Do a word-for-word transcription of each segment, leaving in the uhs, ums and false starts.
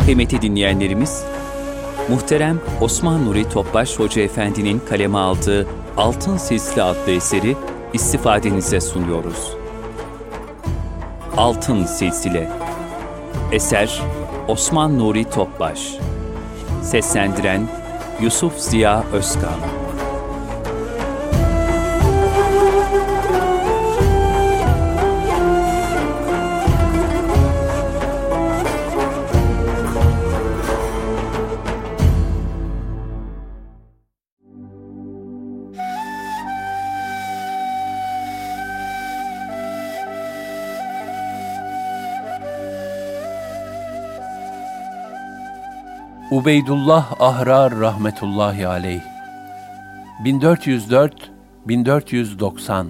Kıymetli dinleyenlerimiz, muhterem Osman Nuri Topbaş Hoca Efendi'nin kaleme aldığı Altın Silsile adlı eseri istifadenize sunuyoruz. Altın Silsile. Eser Osman Nuri Topbaş. Seslendiren Yusuf Ziya Özkan. Ubeydullah Ahrar rahmetullahi aleyh bin dört yüz dört - bin dört yüz doksan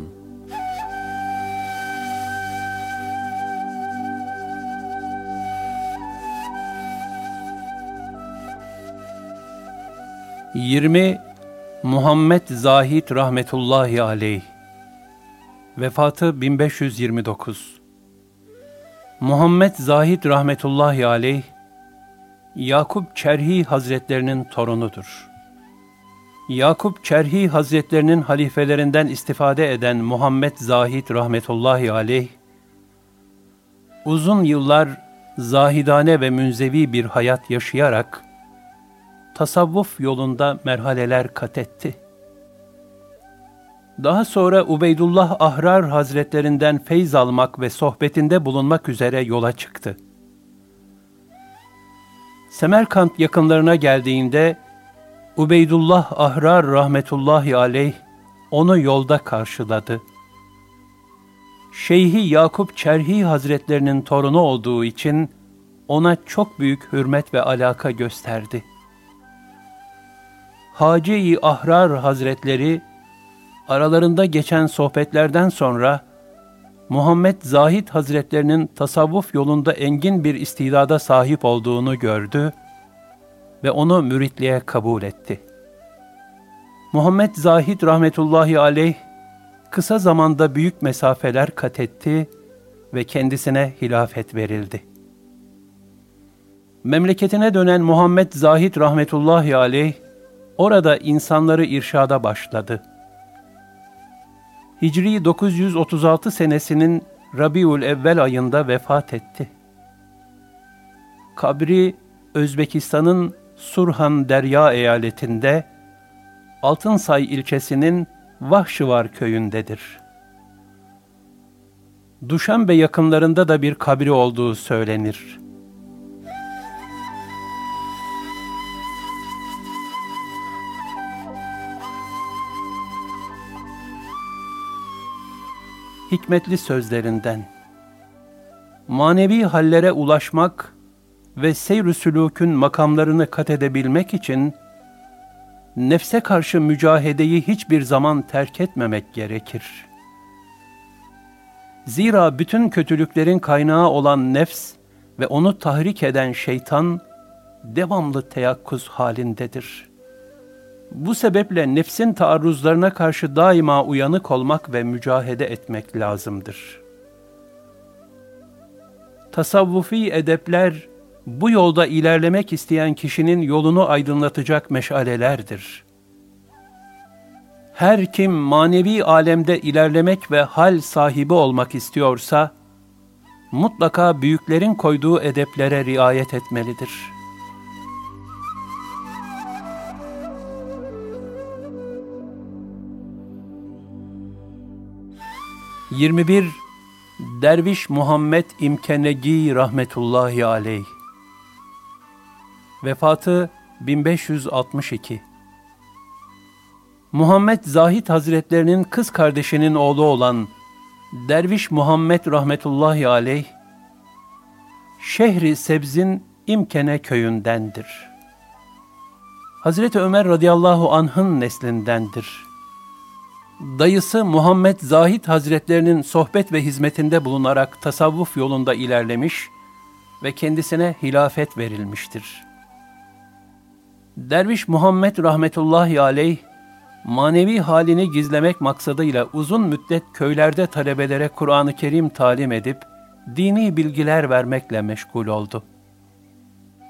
yirmi Muhammed Zahid rahmetullahi aleyh vefatı bin beş yüz yirmi dokuz. Muhammed Zahid rahmetullahi aleyh Yakup Çerhi Hazretlerinin torunudur. Yakup Çerhi Hazretlerinin halifelerinden istifade eden Muhammed Zahid rahmetullahi aleyh, uzun yıllar zahidane ve münzevi bir hayat yaşayarak, tasavvuf yolunda merhaleler kat etti. Daha sonra Ubeydullah Ahrar Hazretlerinden feyz almak ve sohbetinde bulunmak üzere yola çıktı. Semerkant yakınlarına geldiğinde Ubeydullah Ahrar rahmetullahi aleyh onu yolda karşıladı. Şeyhi Yakup Çerhi Hazretlerinin torunu olduğu için ona çok büyük hürmet ve alaka gösterdi. Hacı-i Ahrar Hazretleri aralarında geçen sohbetlerden sonra Muhammed Zahid Hazretlerinin tasavvuf yolunda engin bir istidada sahip olduğunu gördü ve onu müritliğe kabul etti. Muhammed Zahid rahmetullahi aleyh kısa zamanda büyük mesafeler kat etti ve kendisine hilafet verildi. Memleketine dönen Muhammed Zahid rahmetullahi aleyh orada insanları irşada başladı. Hicri dokuz yüz otuz altı senesinin Rabiul Evvel ayında vefat etti. Kabri Özbekistan'ın Surhan Derya eyaletinde Altınsay ilçesinin Vahşıvar köyündedir. Duşanbe yakınlarında da bir kabri olduğu söylenir. Hikmetli sözlerinden: manevi hallere ulaşmak ve seyr-ü sülûkün makamlarını kat edebilmek için nefse karşı mücahedeyi hiçbir zaman terk etmemek gerekir. Zira bütün kötülüklerin kaynağı olan nefs ve onu tahrik eden şeytan devamlı teyakkuz halindedir. Bu sebeple nefsin taarruzlarına karşı daima uyanık olmak ve mücahede etmek lazımdır. Tasavvufi edepler, bu yolda ilerlemek isteyen kişinin yolunu aydınlatacak meşalelerdir. Her kim manevi alemde ilerlemek ve hal sahibi olmak istiyorsa, mutlaka büyüklerin koyduğu edeplere riayet etmelidir. yirmi bir Derviş Muhammed İmkenegi rahmetullahi aleyh vefatı bin beş yüz altmış iki. Muhammed Zahid Hazretlerinin kız kardeşinin oğlu olan Derviş Muhammed rahmetullahi aleyh, Şehri Sebz'in İmkene köyündendir. Hazreti Ömer radıyallahu anh'ın neslindendir. Dayısı Muhammed Zahid Hazretlerinin sohbet ve hizmetinde bulunarak tasavvuf yolunda ilerlemiş ve kendisine hilafet verilmiştir. Derviş Muhammed rahmetullahi aleyh, manevi halini gizlemek maksadıyla uzun müddet köylerde talebelere Kur'an-ı Kerim talim edip, dini bilgiler vermekle meşgul oldu.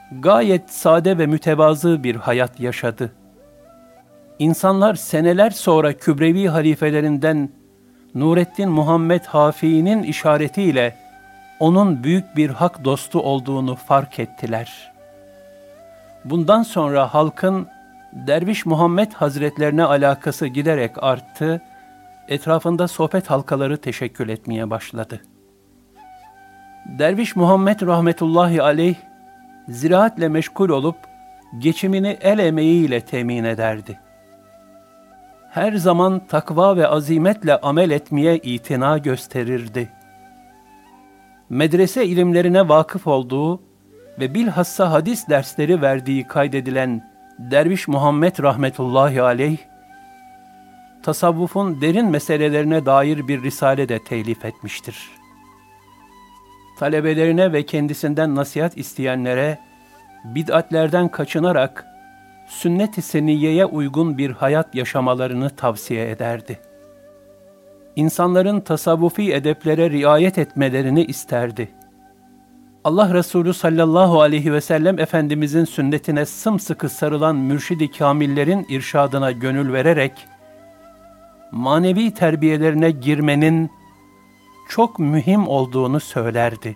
gayet sade ve mütevazı bir hayat yaşadı. İnsanlar seneler sonra Kübrevi halifelerinden Nureddin Muhammed Hafi'nin işaretiyle onun büyük bir hak dostu olduğunu fark ettiler. Bundan sonra halkın Derviş Muhammed Hazretlerine alakası giderek arttı, etrafında sohbet halkaları teşekkül etmeye başladı. Derviş Muhammed rahmetullahi aleyh, ziraatle meşgul olup geçimini el emeğiyle temin ederdi. Her zaman takva ve azimetle amel etmeye itina gösterirdi. Medrese ilimlerine vakıf olduğu ve bilhassa hadis dersleri verdiği kaydedilen Derviş Muhammed rahmetullahi aleyh, tasavvufun derin meselelerine dair bir risale de telif etmiştir. Talebelerine ve kendisinden nasihat isteyenlere bid'atlerden kaçınarak sünnet-i seniyyeye uygun bir hayat yaşamalarını tavsiye ederdi. İnsanların tasavvufi edeplere riayet etmelerini isterdi. Allah Resulü sallallahu aleyhi ve sellem Efendimizin sünnetine sımsıkı sarılan mürşid-i kamillerin irşadına gönül vererek, manevi terbiyelerine girmenin çok mühim olduğunu söylerdi.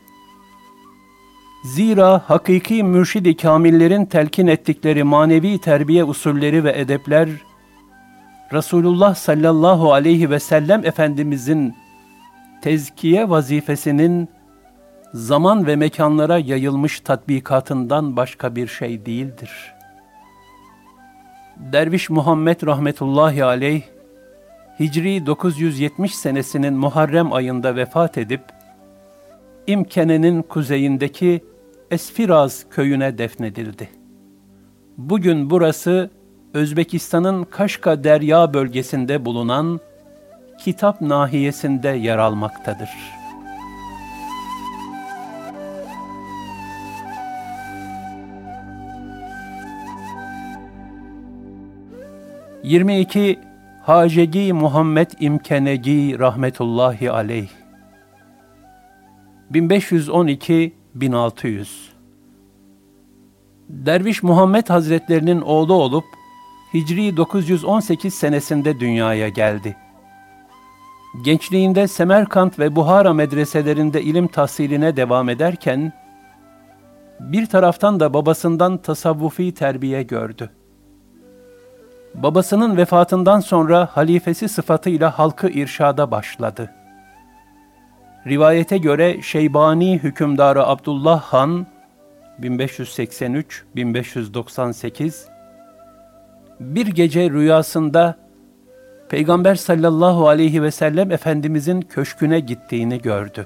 Zira hakiki mürşid-i kamillerin telkin ettikleri manevi terbiye usulleri ve edepler, Resulullah sallallahu aleyhi ve sellem Efendimizin tezkiye vazifesinin zaman ve mekanlara yayılmış tatbikatından başka bir şey değildir. Derviş Muhammed rahmetullahi aleyh, Hicri dokuz yüz yetmiş senesinin Muharrem ayında vefat edip, İmkene'nin kuzeyindeki Esfiraz köyüne defnedildi. Bugün burası, Özbekistan'ın Kaşka Derya bölgesinde bulunan Kitap nahiyesinde yer almaktadır. yirmi iki Hacegi Muhammed İmkenegi rahmetullahi aleyh bin beş yüz on iki - bin altı yüz Derviş Muhammed Hazretlerinin oğlu olup Hicri dokuz yüz on sekiz senesinde dünyaya geldi. Gençliğinde Semerkant ve Buhara medreselerinde ilim tahsiline devam ederken, bir taraftan da babasından tasavvufi terbiye gördü. Babasının vefatından sonra halifesi sıfatıyla halkı irşada başladı. Rivayete göre Şeybani hükümdarı Abdullah Han bin beş yüz seksen üç - bin beş yüz doksan sekiz bir gece rüyasında Peygamber sallallahu aleyhi ve sellem Efendimizin köşküne gittiğini gördü.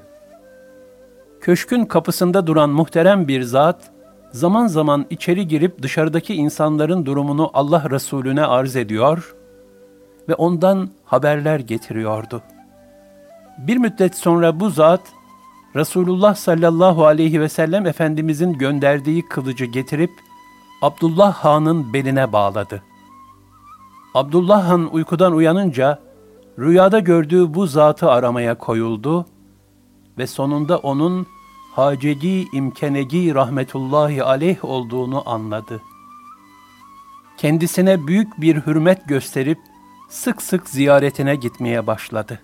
Köşkün kapısında duran muhterem bir zat, zaman zaman içeri girip dışarıdaki insanların durumunu Allah Resulüne arz ediyor ve ondan haberler getiriyordu. Bir müddet sonra bu zat, Resulullah sallallahu aleyhi ve sellem Efendimizin gönderdiği kılıcı getirip Abdullah Han'ın beline bağladı. Abdullah Han uykudan uyanınca rüyada gördüğü bu zatı aramaya koyuldu ve sonunda onun Hacegi İmkenegi rahmetullahi aleyh olduğunu anladı. Kendisine büyük bir hürmet gösterip sık sık ziyaretine gitmeye başladı.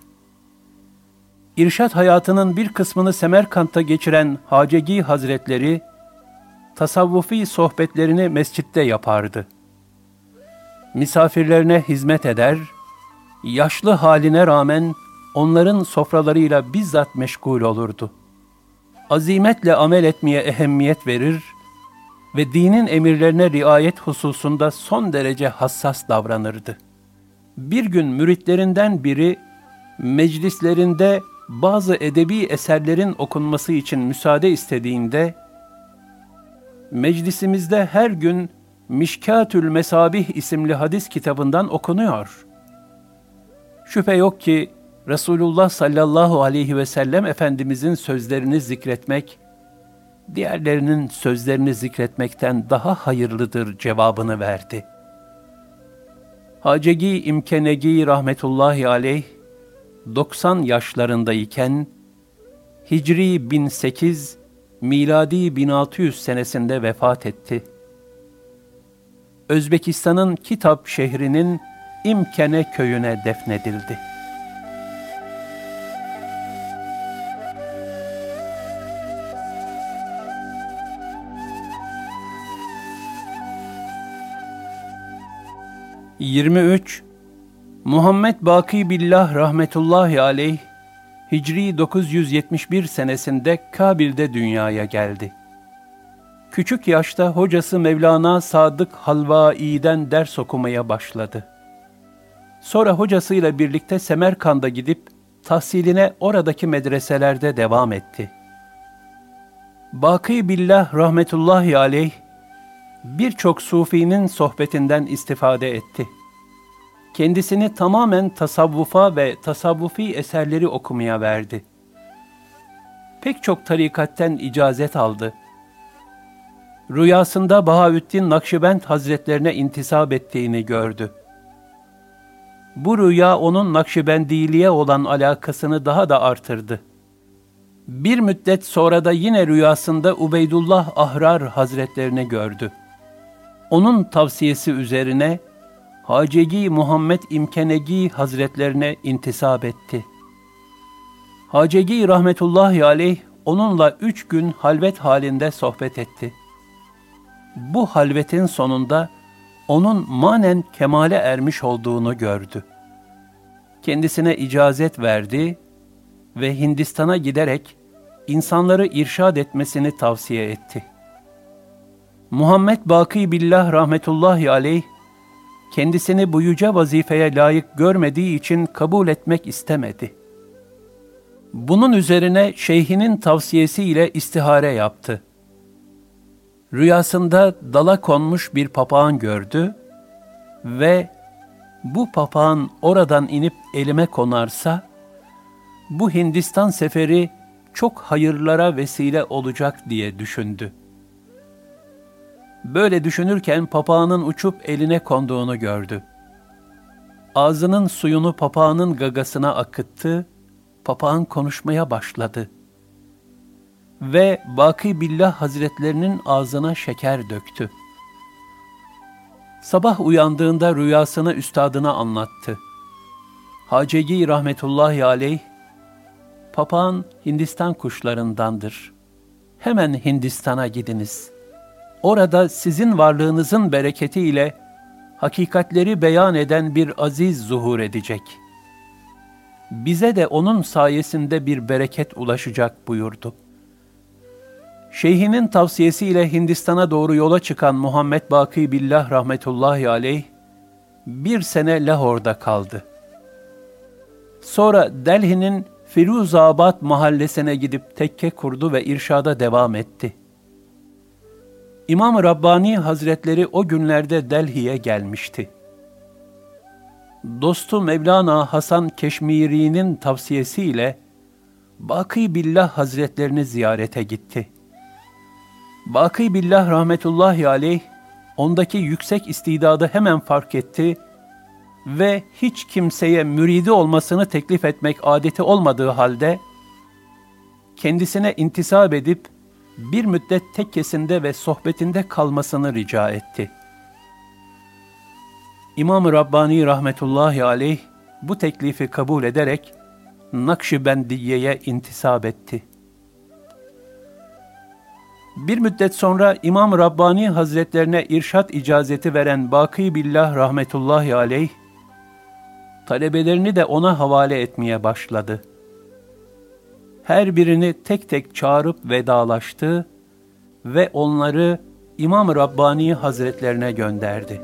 İrşad hayatının bir kısmını Semerkant'ta geçiren Hacegi Hazretleri, tasavvufi sohbetlerini mescitte yapardı. Misafirlerine hizmet eder, yaşlı haline rağmen onların sofralarıyla bizzat meşgul olurdu. Azimetle amel etmeye ehemmiyet verir ve dinin emirlerine riayet hususunda son derece hassas davranırdı. Bir gün müritlerinden biri, meclislerinde bazı edebi eserlerin okunması için müsaade istediğinde, meclisimizde her gün Mişkâtül Mesabih isimli hadis kitabından okunuyor. Şüphe yok ki Resulullah sallallahu aleyhi ve sellem Efendimizin sözlerini zikretmek, diğerlerinin sözlerini zikretmekten daha hayırlıdır cevabını verdi. Hacegi İmkenegi rahmetullahi aleyh, doksan yaşlarındayken, Hicri bin sekiz miladi bin altı yüz senesinde vefat etti. Özbekistan'ın Kitap şehrinin İmkene köyüne defnedildi. yirmi üç Muhammed Baki Billah rahmetullahi aleyh Hicri dokuz yüz yetmiş bir senesinde Kabil'de dünyaya geldi. Küçük yaşta hocası Mevlana Sadık Halvai'den ders okumaya başladı. Sonra hocasıyla birlikte Semerkand'a gidip tahsiline oradaki medreselerde devam etti. Baki Billah rahmetullahi aleyh birçok sufinin sohbetinden istifade etti. Kendisini tamamen tasavvufa ve tasavvufi eserleri okumaya verdi. Pek çok tarikatten icazet aldı. Rüyasında Bahaüddin Nakşibend Hazretlerine intisap ettiğini gördü. Bu rüya onun Nakşibendiliğe olan alakasını daha da artırdı. Bir müddet sonra da yine rüyasında Ubeydullah Ahrar Hazretlerini gördü. Onun tavsiyesi üzerine Hacegi Muhammed İmkenegi Hazretlerine intisap etti. Hacegi rahmetullahi aleyh onunla üç gün halvet halinde sohbet etti. Bu halvetin sonunda onun manen kemale ermiş olduğunu gördü. Kendisine icazet verdi ve Hindistan'a giderek insanları irşad etmesini tavsiye etti. Muhammed Baki Billah rahmetullahi aleyh kendisini bu yüce vazifeye layık görmediği için kabul etmek istemedi. Bunun üzerine şeyhinin tavsiyesiyle istihare yaptı. Rüyasında dala konmuş bir papağan gördü ve bu papağan oradan inip elime konarsa, bu Hindistan seferi çok hayırlara vesile olacak diye düşündü. Böyle düşünürken papağanın uçup eline konduğunu gördü. Ağzının suyunu papağanın gagasına akıttı, papağan konuşmaya başladı. Ve Baki Billah Hazretlerinin ağzına şeker döktü. Sabah uyandığında rüyasını üstadına anlattı. Hacegi rahmetullahi aleyh, papağan Hindistan kuşlarındandır. Hemen Hindistan'a gidiniz. Orada sizin varlığınızın bereketiyle hakikatleri beyan eden bir aziz zuhur edecek. Bize de onun sayesinde bir bereket ulaşacak buyurdu. Şeyhinin tavsiyesiyle Hindistan'a doğru yola çıkan Muhammed Baki Billah rahmetullahi aleyh bir sene Lahor'da kaldı. Sonra Delhi'nin Firuzabad mahallesine gidip tekke kurdu ve irşada devam etti. İmam-ı Rabbani Hazretleri o günlerde Delhi'ye gelmişti. Dostu Mevlana Hasan Keşmiri'nin tavsiyesiyle Baki Billah Hazretlerini ziyarete gitti. Baki Billah rahmetullahi aleyh ondaki yüksek istidadı hemen fark etti ve hiç kimseye müridi olmasını teklif etmek adeti olmadığı halde kendisine intisap edip bir müddet tekkesinde ve sohbetinde kalmasını rica etti. İmam-ı Rabbani rahmetullahi aleyh bu teklifi kabul ederek Nakşibendiye'ye intisap etti. Bir müddet sonra İmam-ı Rabbani Hazretlerine irşat icazeti veren Baki Billah rahmetullahi aleyh, talebelerini de ona havale etmeye başladı. Her birini tek tek çağırıp vedalaştı ve onları İmam-ı Rabbani Hazretlerine gönderdi.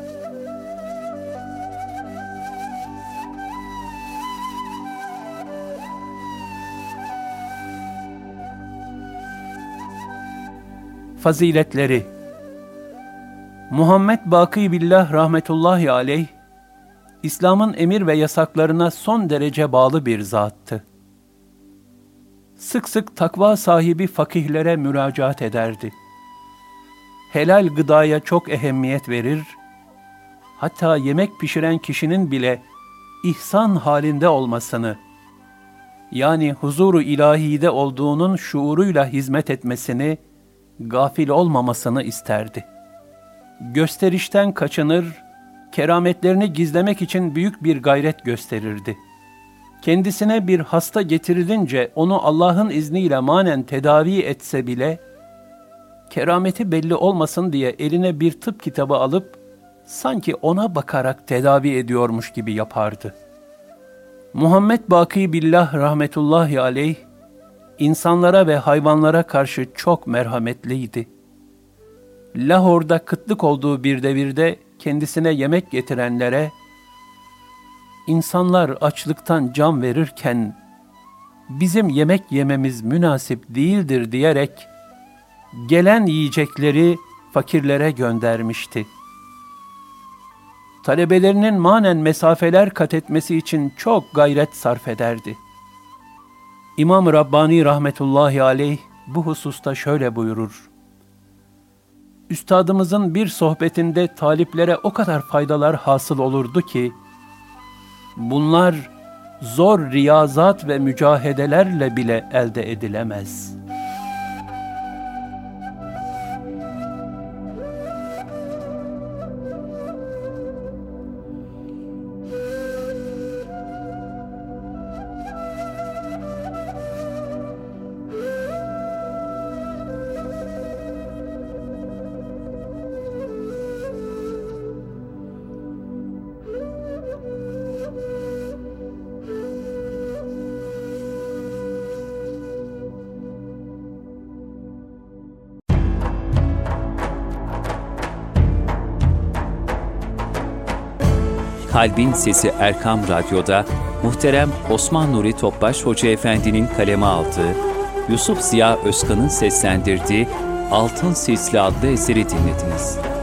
Faziletleri: Muhammed Baki Billah rahmetullahi aleyh, İslam'ın emir ve yasaklarına son derece bağlı bir zattı. Sık sık takva sahibi fakihlere müracaat ederdi. Helal gıdaya çok ehemmiyet verir, hatta yemek pişiren kişinin bile ihsan halinde olmasını, yani huzuru ilahide olduğunun şuuruyla hizmet etmesini, gafil olmamasını isterdi. Gösterişten kaçınır, kerametlerini gizlemek için büyük bir gayret gösterirdi. Kendisine bir hasta getirilince onu Allah'ın izniyle manen tedavi etse bile, kerameti belli olmasın diye eline bir tıp kitabı alıp, sanki ona bakarak tedavi ediyormuş gibi yapardı. Muhammed Baki Billah rahmetullahi aleyh, insanlara ve hayvanlara karşı çok merhametliydi. Lahor'da kıtlık olduğu bir devirde kendisine yemek getirenlere, İnsanlar açlıktan can verirken, bizim yemek yememiz münasip değildir diyerek, gelen yiyecekleri fakirlere göndermişti. Talebelerinin manen mesafeler kat etmesi için çok gayret sarf ederdi. İmam-ı Rabbani rahmetullahi aleyh bu hususta şöyle buyurur: Üstadımızın bir sohbetinde taliplere o kadar faydalar hasıl olurdu ki, bunlar zor riyazat ve mücahedelerle bile elde edilemez. Kalbin Sesi Erkam Radyo'da muhterem Osman Nuri Topbaş Hoca Efendi'nin kaleme aldığı, Yusuf Ziya Özkan'ın seslendirdiği Altın Silsile adlı eseri dinlediniz.